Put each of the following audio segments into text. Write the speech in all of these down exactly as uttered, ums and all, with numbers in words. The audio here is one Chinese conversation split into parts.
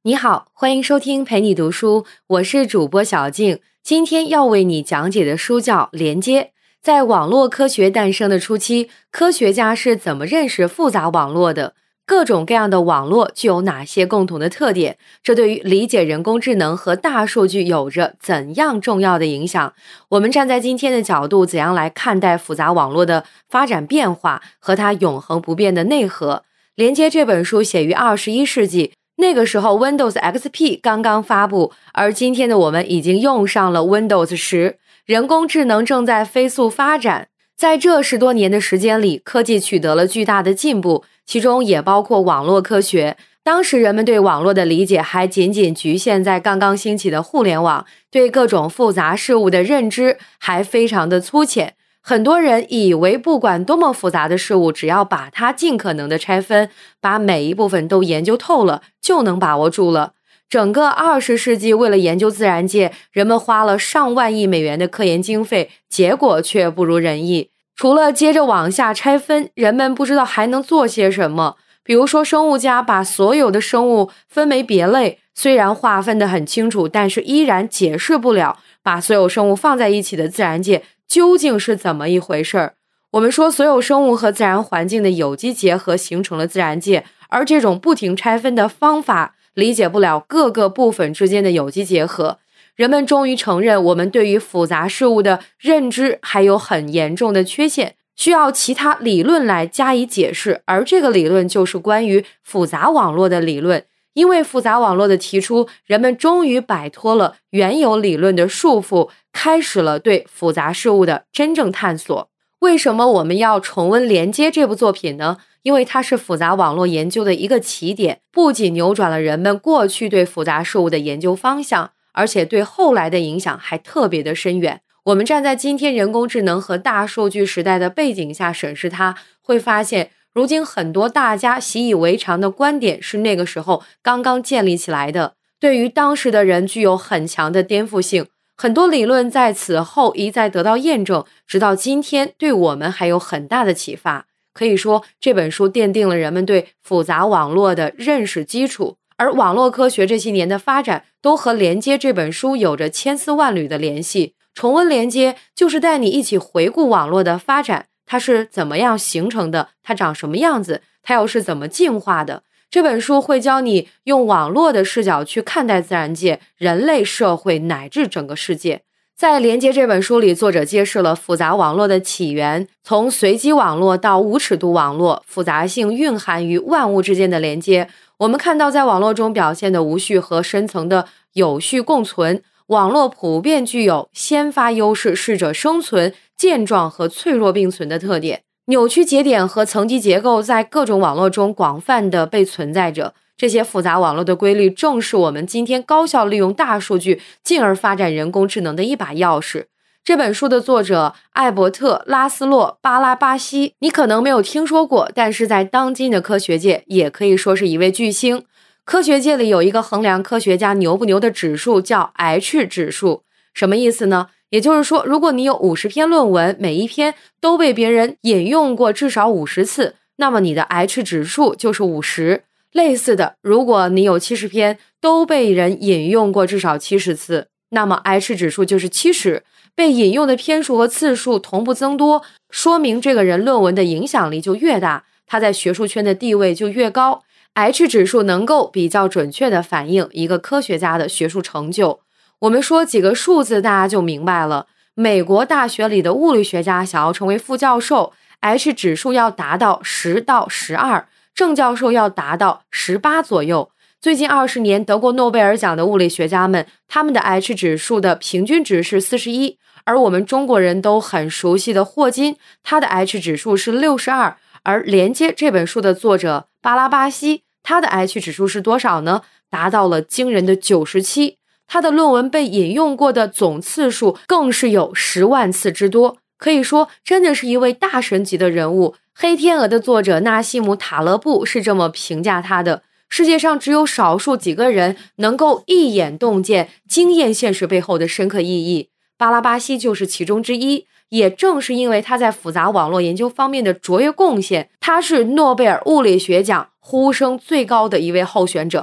你好，欢迎收听陪你读书，我是主播小静。今天要为你讲解的书叫《连接》。在网络科学诞生的初期，科学家是怎么认识复杂网络的？各种各样的网络具有哪些共同的特点？这对于理解人工智能和大数据有着怎样重要的影响？我们站在今天的角度，怎样来看待复杂网络的发展变化和它永恒不变的内核？连接这本书写于二十一世纪，那个时候 Windows X P 刚刚发布，而今天的我们已经用上了 Windows 十，人工智能正在飞速发展。在这十多年的时间里，科技取得了巨大的进步，其中也包括网络科学。当时人们对网络的理解还仅仅局限在刚刚兴起的互联网，对各种复杂事物的认知还非常的粗浅。很多人以为不管多么复杂的事物，只要把它尽可能的拆分，把每一部分都研究透了，就能把握住了。整个二十世纪，为了研究自然界，人们花了上万亿美元的科研经费，结果却不如人意。除了接着往下拆分，人们不知道还能做些什么。比如说，生物家把所有的生物分门别类，虽然划分得很清楚，但是依然解释不了把所有生物放在一起的自然界究竟是怎么一回事儿。我们说，所有生物和自然环境的有机结合形成了自然界，而这种不停拆分的方法理解不了各个部分之间的有机结合。人们终于承认，我们对于复杂事物的认知还有很严重的缺陷，需要其他理论来加以解释，而这个理论就是关于复杂网络的理论。因为复杂网络的提出，人们终于摆脱了原有理论的束缚，开始了对复杂事物的真正探索。为什么我们要重温《连接》这部作品呢？因为它是复杂网络研究的一个起点，不仅扭转了人们过去对复杂事物的研究方向，而且对后来的影响还特别的深远。我们站在今天人工智能和大数据时代的背景下审视它，会发现如今很多大家习以为常的观点是那个时候刚刚建立起来的，对于当时的人具有很强的颠覆性。很多理论在此后一再得到验证，直到今天对我们还有很大的启发。可以说，这本书奠定了人们对复杂网络的认识基础，而网络科学这些年的发展都和《连接》这本书有着千丝万缕的联系。重温《连接》就是带你一起回顾网络的发展，它是怎么样形成的，它长什么样子，它又是怎么进化的。这本书会教你用网络的视角去看待自然界、人类社会乃至整个世界。在《连接》这本书里，作者揭示了复杂网络的起源，从随机网络到无尺度网络，复杂性蕴含于万物之间的连接。我们看到在网络中表现的无序和深层的有序共存，网络普遍具有先发优势、适者生存、健壮和脆弱并存的特点。扭曲节点和层级结构在各种网络中广泛地被存在着，这些复杂网络的规律正是我们今天高效利用大数据进而发展人工智能的一把钥匙。这本书的作者艾伯特·拉斯洛·巴拉巴西，你可能没有听说过，但是在当今的科学界也可以说是一位巨星。科学界里有一个衡量科学家牛不牛的指数，叫 H 指数。什么意思呢？也就是说，如果你有五十篇论文，每一篇都被别人引用过至少五十次，那么你的 H 指数就是五十。类似的，如果你有七十篇都被人引用过至少七十次，那么 H 指数就是七十。被引用的篇数和次数同步增多，说明这个人论文的影响力就越大，他在学术圈的地位就越高。H 指数能够比较准确地反映一个科学家的学术成就。我们说几个数字大家就明白了。美国大学里的物理学家想要成为副教授， H 指数要达到十到十二，正教授要达到十八左右。最近二十年得过诺贝尔奖的物理学家们，他们的 H 指数的平均值是四十一，而我们中国人都很熟悉的霍金，他的 H 指数是六十二。而《连接》这本书的作者巴拉巴西，他的 H 指数是多少呢？达到了惊人的九十七。他的论文被引用过的总次数更是有十万次之多，可以说真的是一位大神级的人物。黑天鹅的作者纳西姆·塔勒布是这么评价他的：世界上只有少数几个人能够一眼洞见经验现实背后的深刻意义，巴拉巴西就是其中之一。也正是因为他在复杂网络研究方面的卓越贡献，他是诺贝尔物理学奖呼声最高的一位候选者。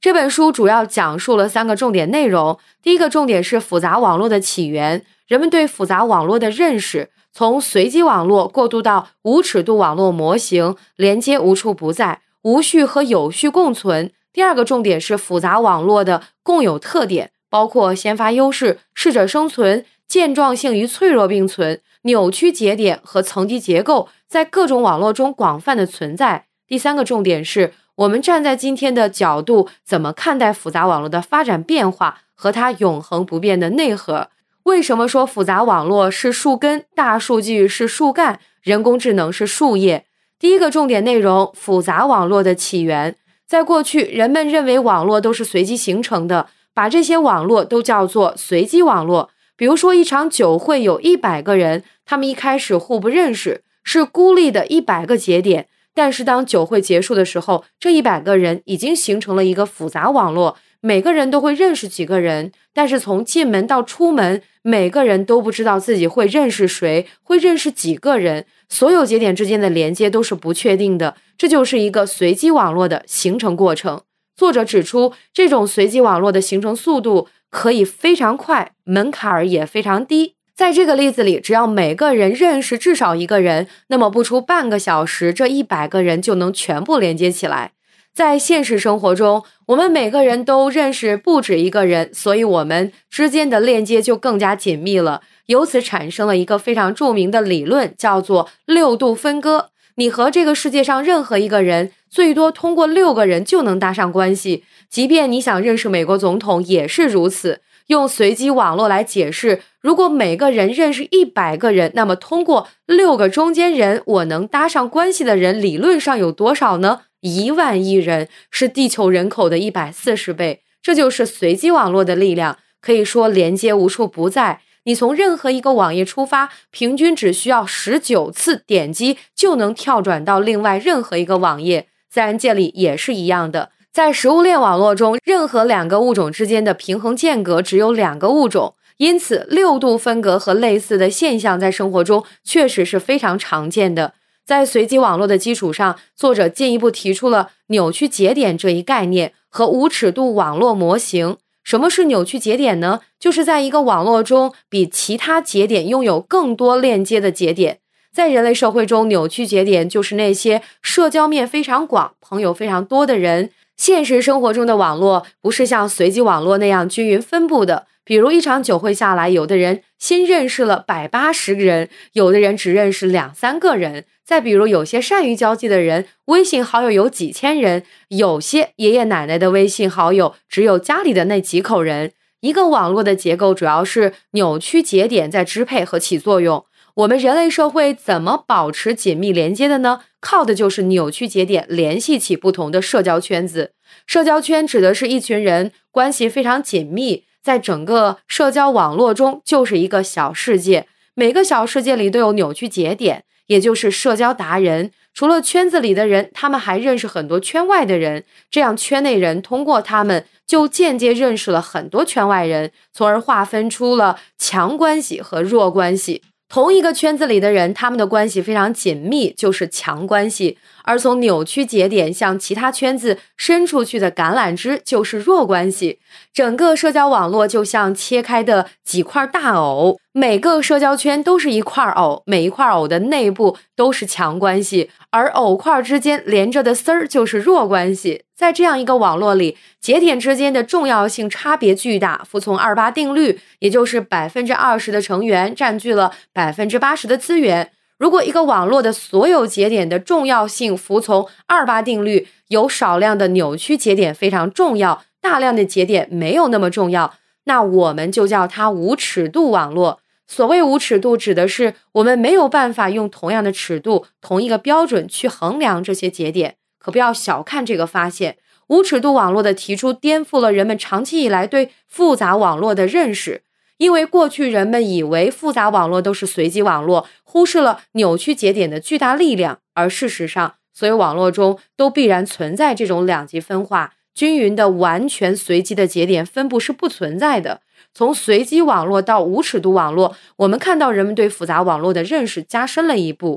这本书主要讲述了三个重点内容。第一个重点是复杂网络的起源，人们对复杂网络的认识，从随机网络过渡到无尺度网络模型，连接无处不在，无序和有序共存。第二个重点是复杂网络的共有特点，包括先发优势、适者生存、健壮性与脆弱并存、扭曲节点和层级结构在各种网络中广泛的存在。第三个重点是我们站在今天的角度怎么看待复杂网络的发展变化和它永恒不变的内核。为什么说复杂网络是树根，大数据是树干，人工智能是树叶？第一个重点内容，复杂网络的起源。在过去，人们认为网络都是随机形成的，把这些网络都叫做随机网络。比如说一场酒会有一百个人，他们一开始互不认识，是孤立的一百个节点，但是当酒会结束的时候，这一百个人已经形成了一个复杂网络，每个人都会认识几个人，但是从进门到出门，每个人都不知道自己会认识谁，会认识几个人，所有节点之间的连接都是不确定的，这就是一个随机网络的形成过程。作者指出，这种随机网络的形成速度可以非常快，门槛也非常低。在这个例子里，只要每个人认识至少一个人，那么不出半个小时，这一百个人就能全部连接起来。在现实生活中，我们每个人都认识不止一个人，所以我们之间的链接就更加紧密了。由此产生了一个非常著名的理论，叫做六度分割。你和这个世界上任何一个人，最多通过六个人就能搭上关系，即便你想认识美国总统也是如此。用随机网络来解释，如果每个人认识一百个人，那么通过六个中间人，我能搭上关系的人理论上有多少呢？一万亿人，是地球人口的一百四十倍。这就是随机网络的力量，可以说连接无处不在。你从任何一个网页出发，平均只需要十九次点击就能跳转到另外任何一个网页。自然界里也是一样的，在食物链网络中，任何两个物种之间的平衡间隔只有两个物种，因此六度分隔和类似的现象在生活中确实是非常常见的。在随机网络的基础上，作者进一步提出了扭曲节点这一概念和无尺度网络模型。什么是扭曲节点呢？就是在一个网络中比其他节点拥有更多链接的节点。在人类社会中，扭曲节点就是那些社交面非常广、朋友非常多的人。现实生活中的网络不是像随机网络那样均匀分布的，比如一场酒会下来，有的人新认识了一百八十个人，有的人只认识两三个人。再比如有些善于交际的人，微信好友有几千人，有些爷爷奶奶的微信好友只有家里的那几口人。一个网络的结构主要是扭曲节点在支配和起作用。我们人类社会怎么保持紧密连接的呢？靠的就是扭曲节点联系起不同的社交圈子。社交圈指的是一群人关系非常紧密，在整个社交网络中就是一个小世界，每个小世界里都有扭曲节点，也就是社交达人。除了圈子里的人，他们还认识很多圈外的人，这样圈内人通过他们就间接认识了很多圈外人，从而划分出了强关系和弱关系。同一个圈子里的人，他们的关系非常紧密，就是强关系，而从扭曲节点向其他圈子伸出去的橄榄枝就是弱关系。整个社交网络就像切开的几块大藕，每个社交圈都是一块藕，每一块藕的内部都是强关系，而藕块之间连着的丝儿就是弱关系。在这样一个网络里，节点之间的重要性差别巨大，服从二八定律，也就是百分之二十的成员占据了百分之八十的资源。如果一个网络的所有节点的重要性服从二八定律，有少量的扭曲节点非常重要，大量的节点没有那么重要，那我们就叫它无尺度网络。所谓无尺度，指的是我们没有办法用同样的尺度、同一个标准去衡量这些节点。可不要小看这个发现，无尺度网络的提出颠覆了人们长期以来对复杂网络的认识。因为过去人们以为复杂网络都是随机网络，忽视了扭曲节点的巨大力量，而事实上，所有网络中都必然存在这种两极分化，均匀的完全随机的节点分布是不存在的。从随机网络到无尺度网络，我们看到人们对复杂网络的认识加深了一步。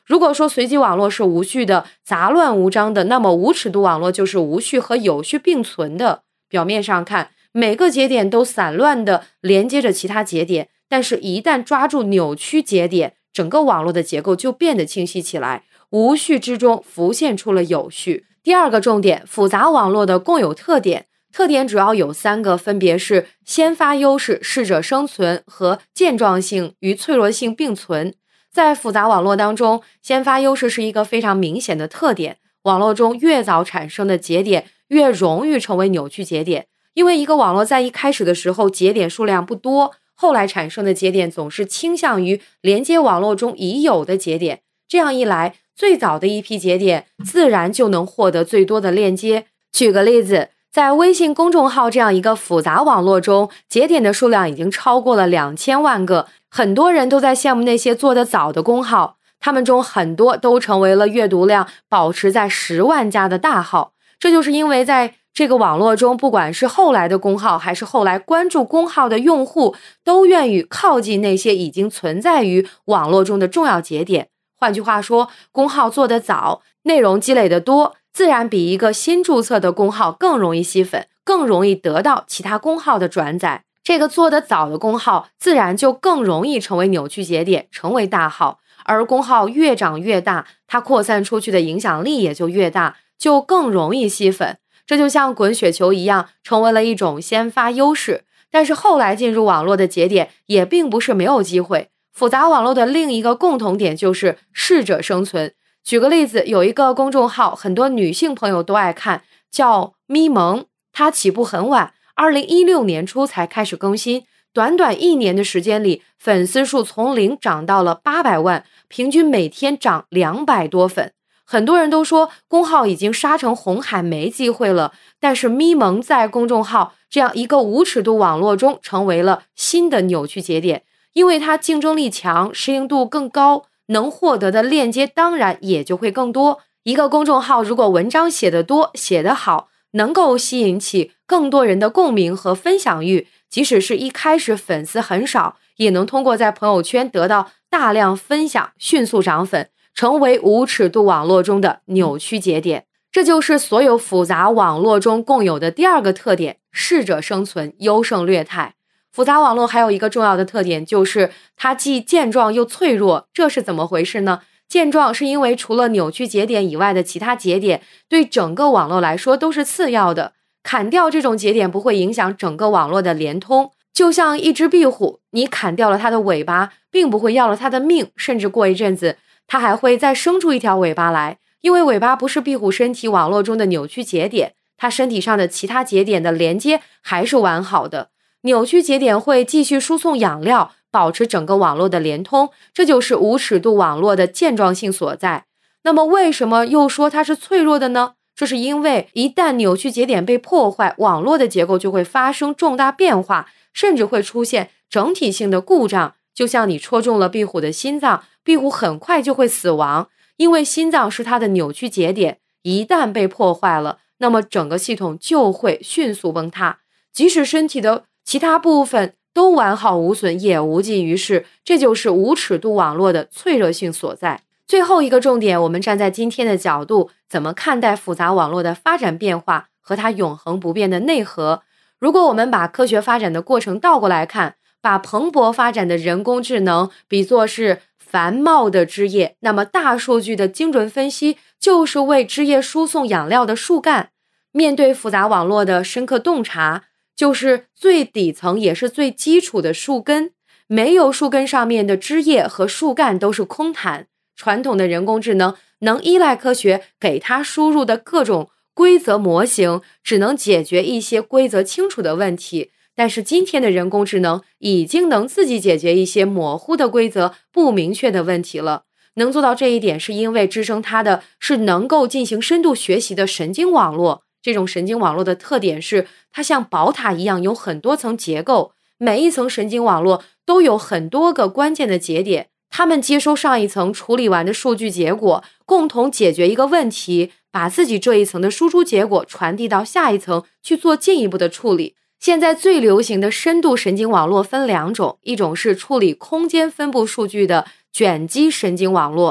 如果说随机网络是无序的、杂乱无章的，那么无尺度网络就是无序和有序并存的。表面上看，每个节点都散乱地连接着其他节点，但是一旦抓住扭曲节点，整个网络的结构就变得清晰起来，无序之中浮现出了有序。第二个重点，复杂网络的共有特点，特点主要有三个，分别是先发优势、适者生存和健壮性与脆弱性并存。在复杂网络当中，先发优势是一个非常明显的特点，网络中越早产生的节点越容易成为扭曲节点，因为一个网络在一开始的时候节点数量不多，后来产生的节点总是倾向于连接网络中已有的节点，这样一来，最早的一批节点自然就能获得最多的链接。举个例子，在微信公众号这样一个复杂网络中，节点的数量已经超过了两千万个，很多人都在羡慕那些做得早的公号，他们中很多都成为了阅读量保持在十万加的大号。这就是因为在这个网络中，不管是后来的公号还是后来关注公号的用户，都愿意靠近那些已经存在于网络中的重要节点。换句话说，公号做得早，内容积累得多，自然比一个新注册的公号更容易吸粉，更容易得到其他公号的转载。这个做得早的公号自然就更容易成为扭曲节点，成为大号。而公号越长越大，它扩散出去的影响力也就越大，就更容易吸粉。这就像滚雪球一样，成为了一种先发优势。但是后来进入网络的节点也并不是没有机会。复杂网络的另一个共同点就是适者生存。举个例子，有一个公众号，很多女性朋友都爱看，叫咪蒙，它起步很晚，二零一六年初才开始更新，短短一年的时间里，粉丝数从零涨到了八百万，平均每天涨两百多粉。很多人都说公号已经杀成红海没机会了，但是咪蒙在公众号这样一个无尺度网络中成为了新的扭曲节点，因为它竞争力强，适应度更高，能获得的链接当然也就会更多。一个公众号如果文章写得多，写得好，能够吸引起更多人的共鸣和分享欲，即使是一开始粉丝很少，也能通过在朋友圈得到大量分享，迅速涨粉，成为无尺度网络中的扭曲节点。这就是所有复杂网络中共有的第二个特点，适者生存，优胜劣汰。复杂网络还有一个重要的特点，就是它既健壮又脆弱。这是怎么回事呢？健壮是因为除了扭曲节点以外的其他节点对整个网络来说都是次要的，砍掉这种节点不会影响整个网络的连通。就像一只壁虎，你砍掉了它的尾巴，并不会要了它的命，甚至过一阵子它还会再生出一条尾巴来，因为尾巴不是壁虎身体网络中的扭曲节点，它身体上的其他节点的连接还是完好的。扭曲节点会继续输送养料，保持整个网络的连通，这就是无尺度网络的健壮性所在。那么为什么又说它是脆弱的呢？这是因为一旦扭曲节点被破坏，网络的结构就会发生重大变化，甚至会出现整体性的故障。就像你戳中了壁虎的心脏，壁虎很快就会死亡，因为心脏是它的扭曲节点，一旦被破坏了，那么整个系统就会迅速崩塌，即使身体的其他部分都完好无损，也无济于事。这就是无尺度网络的脆弱性所在。最后一个重点，我们站在今天的角度，怎么看待复杂网络的发展变化和它永恒不变的内核？如果我们把科学发展的过程倒过来看，把蓬勃发展的人工智能比作是繁茂的枝叶，那么大数据的精准分析就是为枝叶输送养料的树干。面对复杂网络的深刻洞察，就是最底层也是最基础的树根。没有树根上面的枝叶和树干都是空谈。传统的人工智能能依赖科学给它输入的各种规则模型，只能解决一些规则清楚的问题。但是今天的人工智能已经能自己解决一些模糊的规则、不明确的问题了。能做到这一点，是因为支撑它的是能够进行深度学习的神经网络。这种神经网络的特点是，它像宝塔一样有很多层结构，每一层神经网络都有很多个关键的节点，它们接收上一层处理完的数据结果，共同解决一个问题，把自己这一层的输出结果传递到下一层去做进一步的处理。现在最流行的深度神经网络分两种，一种是处理空间分布数据的卷积神经网络，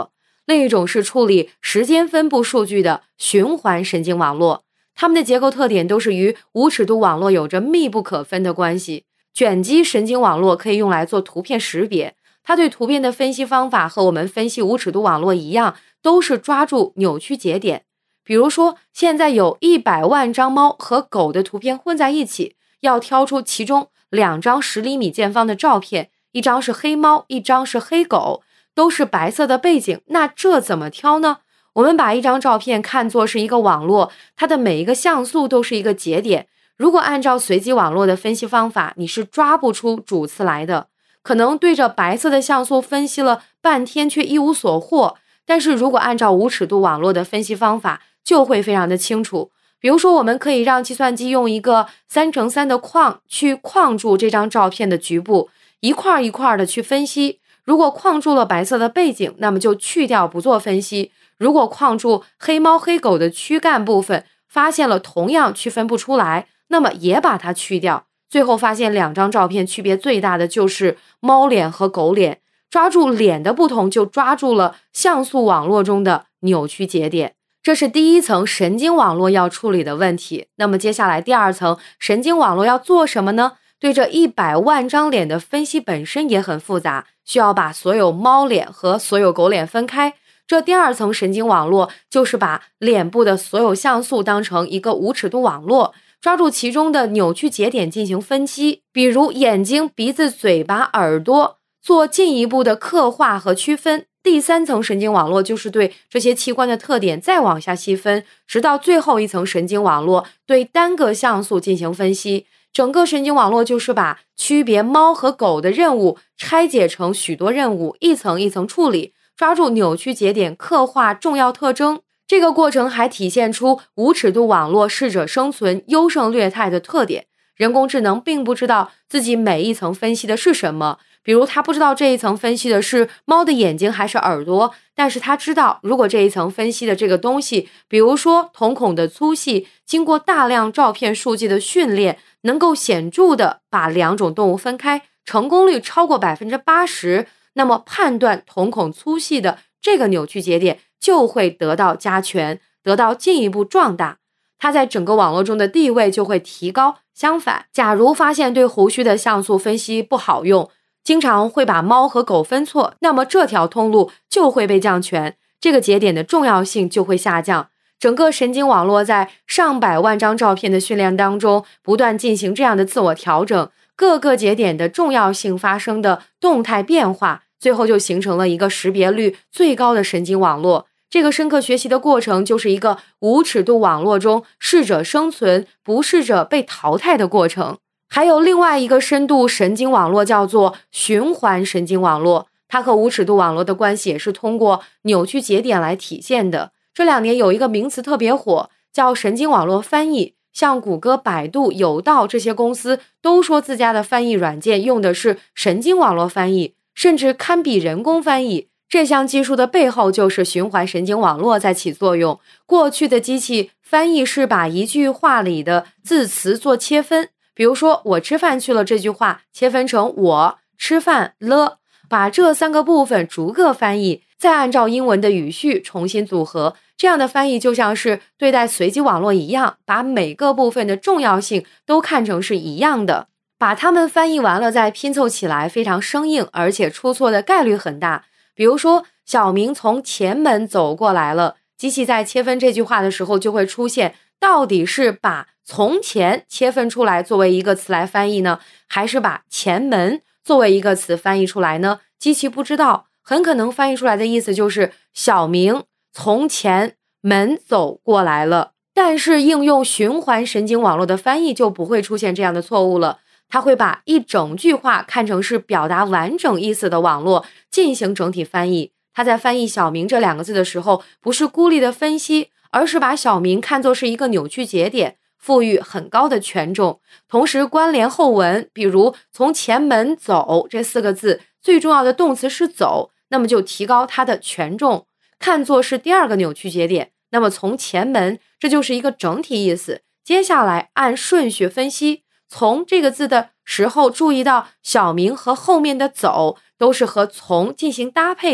另一种是处理时间分布数据的循环神经网络。它们的结构特点都是与无尺度网络有着密不可分的关系。卷积神经网络可以用来做图片识别，它对图片的分析方法和我们分析无尺度网络一样，都是抓住扭曲节点。比如说，现在有一百万张猫和狗的图片混在一起，要挑出其中两张十厘米见方的照片，一张是黑猫，一张是黑狗，都是白色的背景，那这怎么挑呢？我们把一张照片看作是一个网络，它的每一个像素都是一个节点。如果按照随机网络的分析方法，你是抓不出主次来的，可能对着白色的像素分析了半天却一无所获。但是如果按照无尺度网络的分析方法，就会非常的清楚。比如说，我们可以让计算机用一个三乘三的框去框住这张照片的局部，一块一块的去分析。如果框住了白色的背景，那么就去掉不做分析。如果框住黑猫黑狗的躯干部分，发现了同样区分不出来，那么也把它去掉。最后发现两张照片区别最大的就是猫脸和狗脸，抓住脸的不同，就抓住了像素网络中的扭曲节点。这是第一层神经网络要处理的问题。那么接下来第二层神经网络要做什么呢？对这一百万张脸的分析本身也很复杂，需要把所有猫脸和所有狗脸分开。这第二层神经网络就是把脸部的所有像素当成一个无尺度网络，抓住其中的扭曲节点进行分析，比如眼睛、鼻子、嘴巴、耳朵，做进一步的刻画和区分。第三层神经网络就是对这些器官的特点再往下细分，直到最后一层神经网络对单个像素进行分析。整个神经网络就是把区别猫和狗的任务拆解成许多任务，一层一层处理，抓住扭曲节点，刻画重要特征。这个过程还体现出无尺度网络适者生存、优胜劣汰的特点。人工智能并不知道自己每一层分析的是什么，比如它不知道这一层分析的是猫的眼睛还是耳朵，但是它知道如果这一层分析的这个东西，比如说瞳孔的粗细，经过大量照片数据的训练，能够显著的把两种动物分开，成功率超过 百分之八十， 那么判断瞳孔粗细的这个扭曲节点就会得到加权，得到进一步壮大，它在整个网络中的地位就会提高。相反，假如发现对胡须的像素分析不好用，经常会把猫和狗分错，那么这条通路就会被降权，这个节点的重要性就会下降。整个神经网络在上百万张照片的训练当中不断进行这样的自我调整，各个节点的重要性发生的动态变化，最后就形成了一个识别率最高的神经网络。这个深刻学习的过程就是一个无尺度网络中适者生存、不适者被淘汰的过程。还有另外一个深度神经网络叫做循环神经网络，它和无尺度网络的关系也是通过扭曲节点来体现的。这两年有一个名词特别火，叫神经网络翻译，像谷歌、百度、有道这些公司都说自家的翻译软件用的是神经网络翻译，甚至堪比人工翻译。这项技术的背后就是循环神经网络在起作用。过去的机器翻译是把一句话里的字词做切分，比如说我吃饭去了这句话切分成我吃饭了，把这三个部分逐个翻译，再按照英文的语序重新组合。这样的翻译就像是对待随机网络一样，把每个部分的重要性都看成是一样的，把它们翻译完了再拼凑起来，非常生硬，而且出错的概率很大。比如说小明从前门走过来了，机器在切分这句话的时候就会出现，到底是把从前切分出来作为一个词来翻译呢，还是把前门作为一个词翻译出来呢？机器不知道，很可能翻译出来的意思就是小明从前门走过来了。但是应用循环神经网络的翻译就不会出现这样的错误了，它会把一整句话看成是表达完整意思的网络进行整体翻译。它在翻译小明这两个字的时候，不是孤立的分析，而是把小明看作是一个扭曲节点，赋予很高的权重，同时关联后文，比如从前门走这四个字，最重要的动词是走，那么就提高它的权重，看作是第二个扭曲节点。那么从前门这就是一个整体意思，接下来按顺序分析，从这个字的时候注意到小明和后面的走都是和从进行搭配的，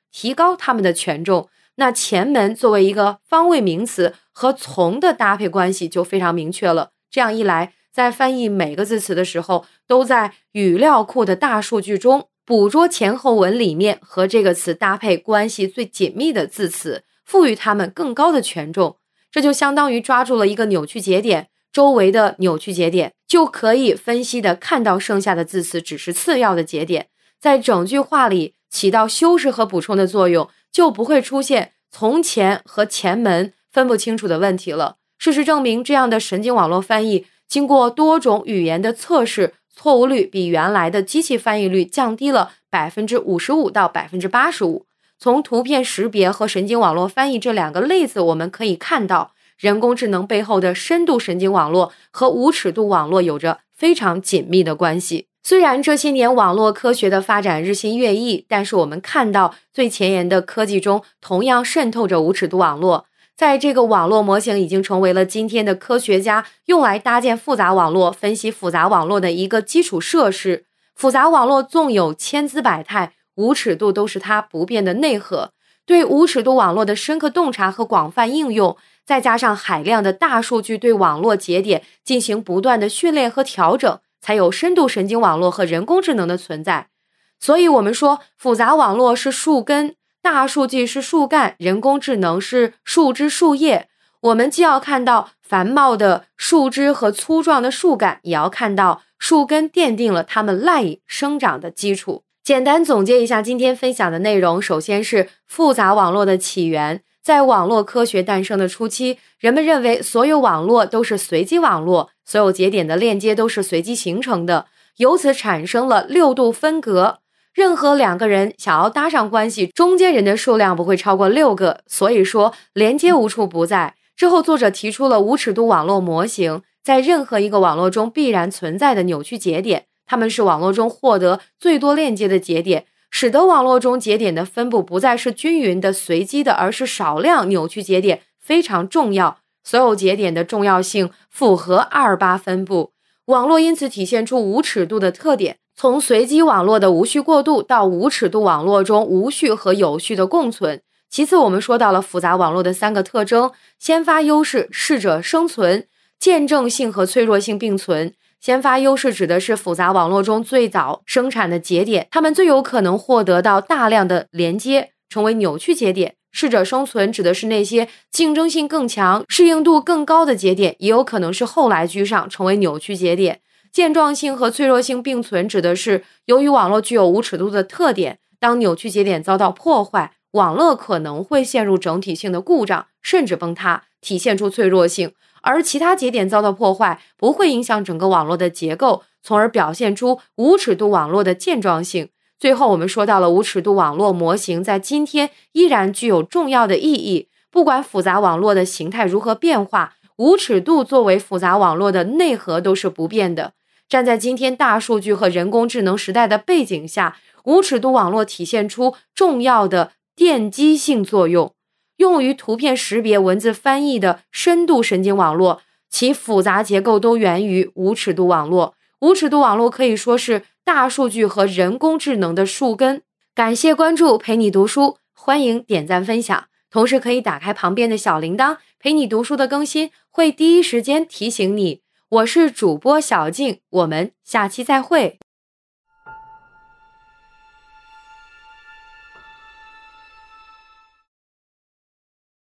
提高它们的权重。那前门作为一个方位名词和从的搭配关系就非常明确了。这样一来，在翻译每个字词的时候，都在语料库的大数据中捕捉前后文里面和这个词搭配关系最紧密的字词，赋予它们更高的权重。这就相当于抓住了一个扭曲节点，周围的扭曲节点就可以分析的看到剩下的字词只是次要的节点，在整句话里起到修饰和补充的作用，就不会出现从前和前门分不清楚的问题了。事实证明，这样的神经网络翻译经过多种语言的测试，错误率比原来的机器翻译率降低了 百分之五十五 到 百分之八十五。 从图片识别和神经网络翻译这两个例子，我们可以看到人工智能背后的深度神经网络和无尺度网络有着非常紧密的关系。虽然这些年网络科学的发展日新月异，但是我们看到最前沿的科技中同样渗透着无尺度网络。在这个网络模型已经成为了今天的科学家用来搭建复杂网络、分析复杂网络的一个基础设施。复杂网络纵有千姿百态，无尺度都是它不变的内核。对无尺度网络的深刻洞察和广泛应用，再加上海量的大数据对网络节点进行不断的训练和调整，才有深度神经网络和人工智能的存在。所以我们说，复杂网络是树根，大数据是树干，人工智能是树枝树叶。我们既要看到繁茂的树枝和粗壮的树干，也要看到树根奠定了它们赖以生长的基础。简单总结一下今天分享的内容，首先是复杂网络的起源。在网络科学诞生的初期，人们认为所有网络都是随机网络，所有节点的链接都是随机形成的，由此产生了六度分隔。任何两个人想要搭上关系，中间人的数量不会超过六个，所以说连接无处不在。之后作者提出了无尺度网络模型，在任何一个网络中必然存在的扭曲节点，它们是网络中获得最多链接的节点，使得网络中节点的分布不再是均匀的随机的，而是少量扭曲节点非常重要。所有节点的重要性符合阿尔巴分布，网络因此体现出无尺度的特点，从随机网络的无序过渡到无尺度网络中无序和有序的共存。其次，我们说到了复杂网络的三个特征：先发优势、适者生存、见证性和脆弱性并存。先发优势指的是复杂网络中最早生产的节点，它们最有可能获得到大量的连接，成为扭曲节点。适者生存指的是那些竞争性更强、适应度更高的节点，也有可能是后来居上，成为扭曲节点。健壮性和脆弱性并存指的是由于网络具有无尺度的特点，当扭曲节点遭到破坏，网络可能会陷入整体性的故障，甚至崩塌，体现出脆弱性。而其他节点遭到破坏，不会影响整个网络的结构，从而表现出无尺度网络的健壮性。最后我们说到了无尺度网络模型在今天依然具有重要的意义，不管复杂网络的形态如何变化，无尺度作为复杂网络的内核都是不变的。站在今天大数据和人工智能时代的背景下，无尺度网络体现出重要的奠基性作用。用于图片识别、文字翻译的深度神经网络，其复杂结构都源于无尺度网络。无尺度网络可以说是大数据和人工智能的树根。感谢关注陪你读书，欢迎点赞分享，同时可以打开旁边的小铃铛，陪你读书的更新会第一时间提醒你。我是主播小静，我们下期再会。